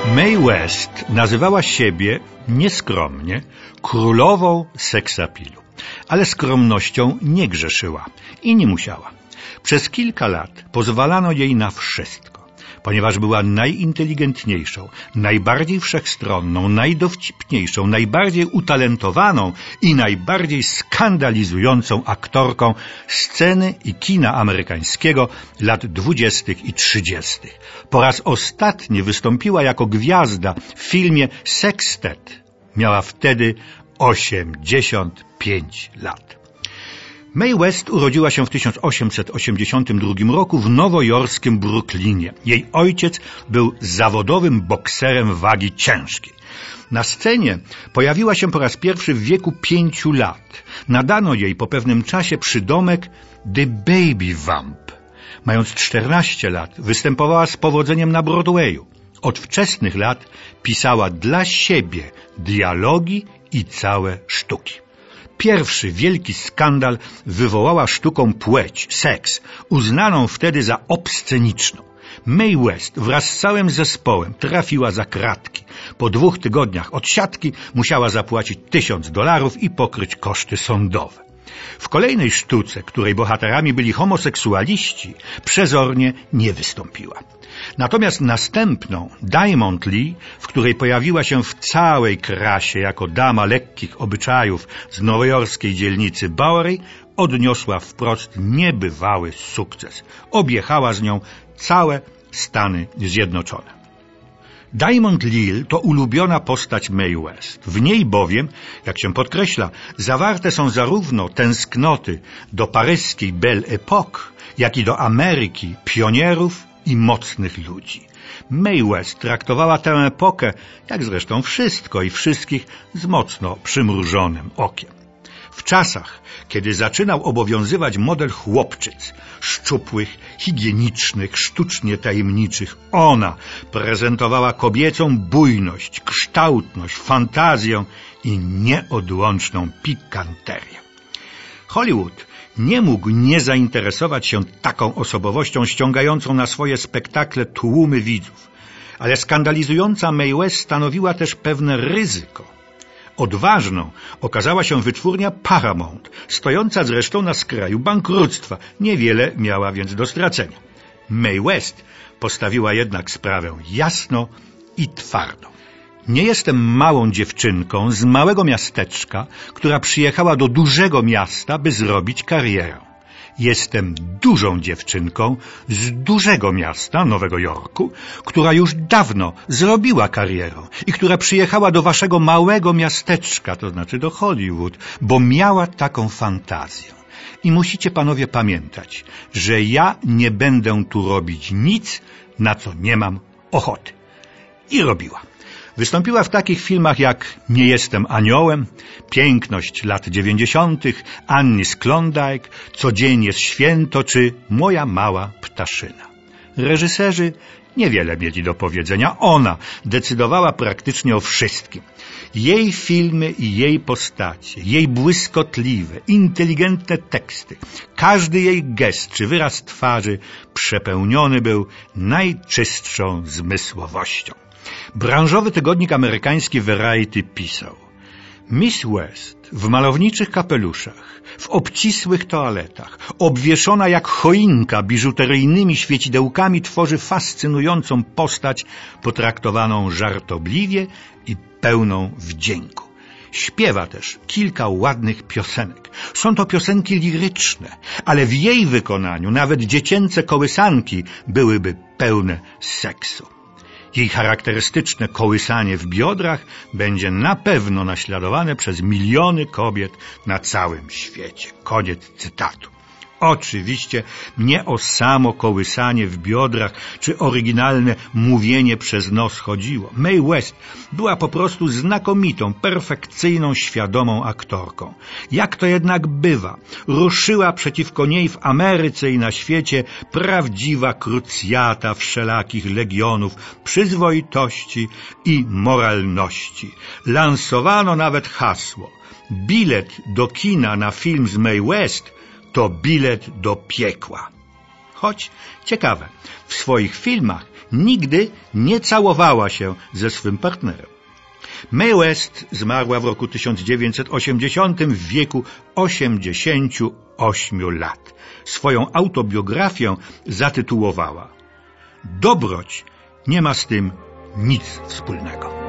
Mae West nazywała siebie nieskromnie królową seksapilu, ale skromnością nie grzeszyła i nie musiała. Przez kilka lat pozwalano jej na wszystko, ponieważ była najinteligentniejszą, najbardziej wszechstronną, najdowcipniejszą, najbardziej utalentowaną i najbardziej skandalizującą aktorką sceny i kina amerykańskiego lat 20. i 30. Po raz ostatni wystąpiła jako gwiazda w filmie Sextet. Miała wtedy 85 lat. Mae West urodziła się w 1882 roku w nowojorskim Brooklynie. Jej ojciec był zawodowym bokserem wagi ciężkiej. Na scenie pojawiła się po raz pierwszy w wieku 5 lat. Nadano jej po pewnym czasie przydomek The Baby Vamp. Mając 14 lat występowała z powodzeniem na Broadwayu. Od wczesnych lat pisała dla siebie dialogi i całe sztuki. Pierwszy wielki skandal wywołała sztuką płeć, seks, uznaną wtedy za obsceniczną. Mae West wraz z całym zespołem trafiła za kratki. Po 2 tygodniach odsiadki musiała zapłacić $1000 i pokryć koszty sądowe. W kolejnej sztuce, której bohaterami byli homoseksualiści, przezornie nie wystąpiła. Natomiast następną, Diamond Lee, w której pojawiła się w całej krasie jako dama lekkich obyczajów z nowojorskiej dzielnicy Bowery, odniosła wprost niebywały sukces. Objechała z nią całe Stany Zjednoczone. Diamond Lee to ulubiona postać Mae West. W niej bowiem, jak się podkreśla, zawarte są zarówno tęsknoty do paryskiej Belle Époque, jak i do Ameryki, pionierów i mocnych ludzi. Mae West traktowała tę epokę, jak zresztą wszystko i wszystkich, z mocno przymrużonym okiem. W czasach, kiedy zaczynał obowiązywać model chłopczyc, szczupłych, higienicznych, sztucznie tajemniczych, ona prezentowała kobiecą bujność, kształtność, fantazję i nieodłączną pikanterię. Hollywood nie mógł nie zainteresować się taką osobowością ściągającą na swoje spektakle tłumy widzów, ale skandalizująca Mae West stanowiła też pewne ryzyko. Odważną okazała się wytwórnia Paramount, stojąca zresztą na skraju bankructwa. Niewiele miała więc do stracenia. Mae West postawiła jednak sprawę jasno i twardo. Nie jestem małą dziewczynką z małego miasteczka, która przyjechała do dużego miasta, by zrobić karierę. Jestem dużą dziewczynką z dużego miasta, Nowego Jorku, która już dawno zrobiła karierę i która przyjechała do waszego małego miasteczka, to znaczy do Hollywood, bo miała taką fantazję. I musicie panowie pamiętać, że ja nie będę tu robić nic, na co nie mam ochoty. I robiła. Wystąpiła w takich filmach jak Nie jestem aniołem, Piękność lat 90., Annie z Klondike, Codzień jest święto czy Moja mała ptaszyna. Reżyserzy niewiele mieli do powiedzenia. Ona decydowała praktycznie o wszystkim. Jej filmy i jej postacie, jej błyskotliwe, inteligentne teksty, każdy jej gest czy wyraz twarzy przepełniony był najczystszą zmysłowością. Branżowy tygodnik amerykański Variety pisał: Miss West w malowniczych kapeluszach, w obcisłych toaletach, obwieszona jak choinka biżuteryjnymi świecidełkami, tworzy fascynującą postać potraktowaną żartobliwie i pełną wdzięku. Śpiewa też kilka ładnych piosenek. Są to piosenki liryczne, ale w jej wykonaniu nawet dziecięce kołysanki byłyby pełne seksu. Jej charakterystyczne kołysanie w biodrach będzie na pewno naśladowane przez miliony kobiet na całym świecie. Koniec cytatu. Oczywiście nie o samo kołysanie w biodrach czy oryginalne mówienie przez nos chodziło. Mae West była po prostu znakomitą, perfekcyjną, świadomą aktorką. Jak to jednak bywa, ruszyła przeciwko niej w Ameryce i na świecie prawdziwa krucjata wszelakich legionów przyzwoitości i moralności. Lansowano nawet hasło: bilet do kina na film z Mae West to bilet do piekła. Choć ciekawe, w swoich filmach nigdy nie całowała się ze swym partnerem. Mae West zmarła w roku 1980 w wieku 88 lat. Swoją autobiografię zatytułowała: Dobroć nie ma z tym nic wspólnego.